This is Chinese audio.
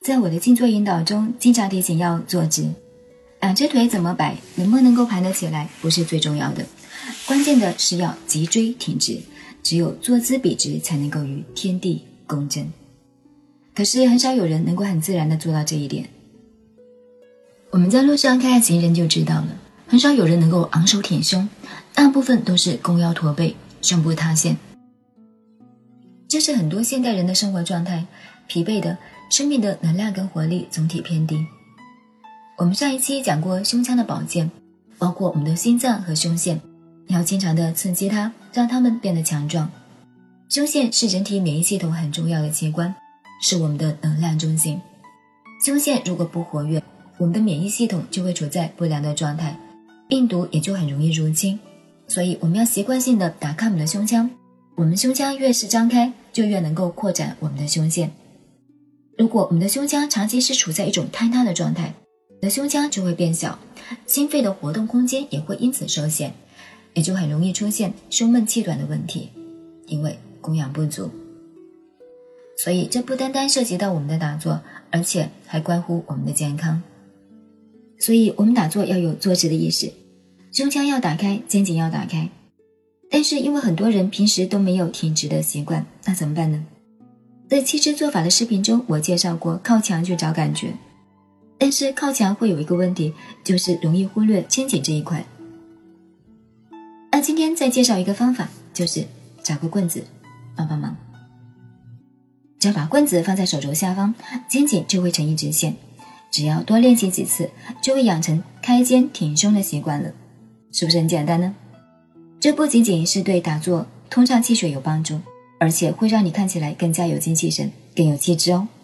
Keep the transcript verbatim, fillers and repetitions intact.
在我的静坐引导中，经常提醒要坐直。两只腿怎么摆，能不能够盘得起来，不是最重要的，关键的是要脊椎挺直，只有坐姿笔直，才能够与天地共振。可是很少有人能够很自然地做到这一点。我们在路上看看行人就知道了，很少有人能够昂首挺胸，大部分都是弓腰驼背，胸部塌陷。这是很多现代人的生活状态，疲惫的，生命的能量跟活力总体偏低。我们上一期讲过胸腔的保健，包括我们的心脏和胸腺，要经常的刺激它，让它们变得强壮。胸腺是人体免疫系统很重要的器官，是我们的能量中心。胸腺如果不活跃，我们的免疫系统就会处在不良的状态，病毒也就很容易入侵。所以我们要习惯性的打开我们的胸腔，我们胸腔越是张开，就越能够扩展我们的胸腺。如果我们的胸腔长期是处在一种坍塌的状态，你的胸腔就会变小，心肺的活动空间也会因此受限，也就很容易出现胸闷气短的问题，因为供氧不足。所以这不单单涉及到我们的打坐，而且还关乎我们的健康。所以我们打坐要有坐直的意识，胸腔要打开，肩颈要打开。但是因为很多人平时都没有挺直的习惯，那怎么办呢？在七支做法的视频中，我介绍过靠墙去找感觉，但是靠墙会有一个问题，就是容易忽略肩颈这一块。那今天再介绍一个方法，就是找个棍子帮帮忙。只要把棍子放在手肘下方，肩颈就会成一直线，只要多练习几次，就会养成开肩挺胸的习惯了，是不是很简单呢？这不仅仅是对打坐通畅气血有帮助，而且会让你看起来更加有精气神，更有气质哦。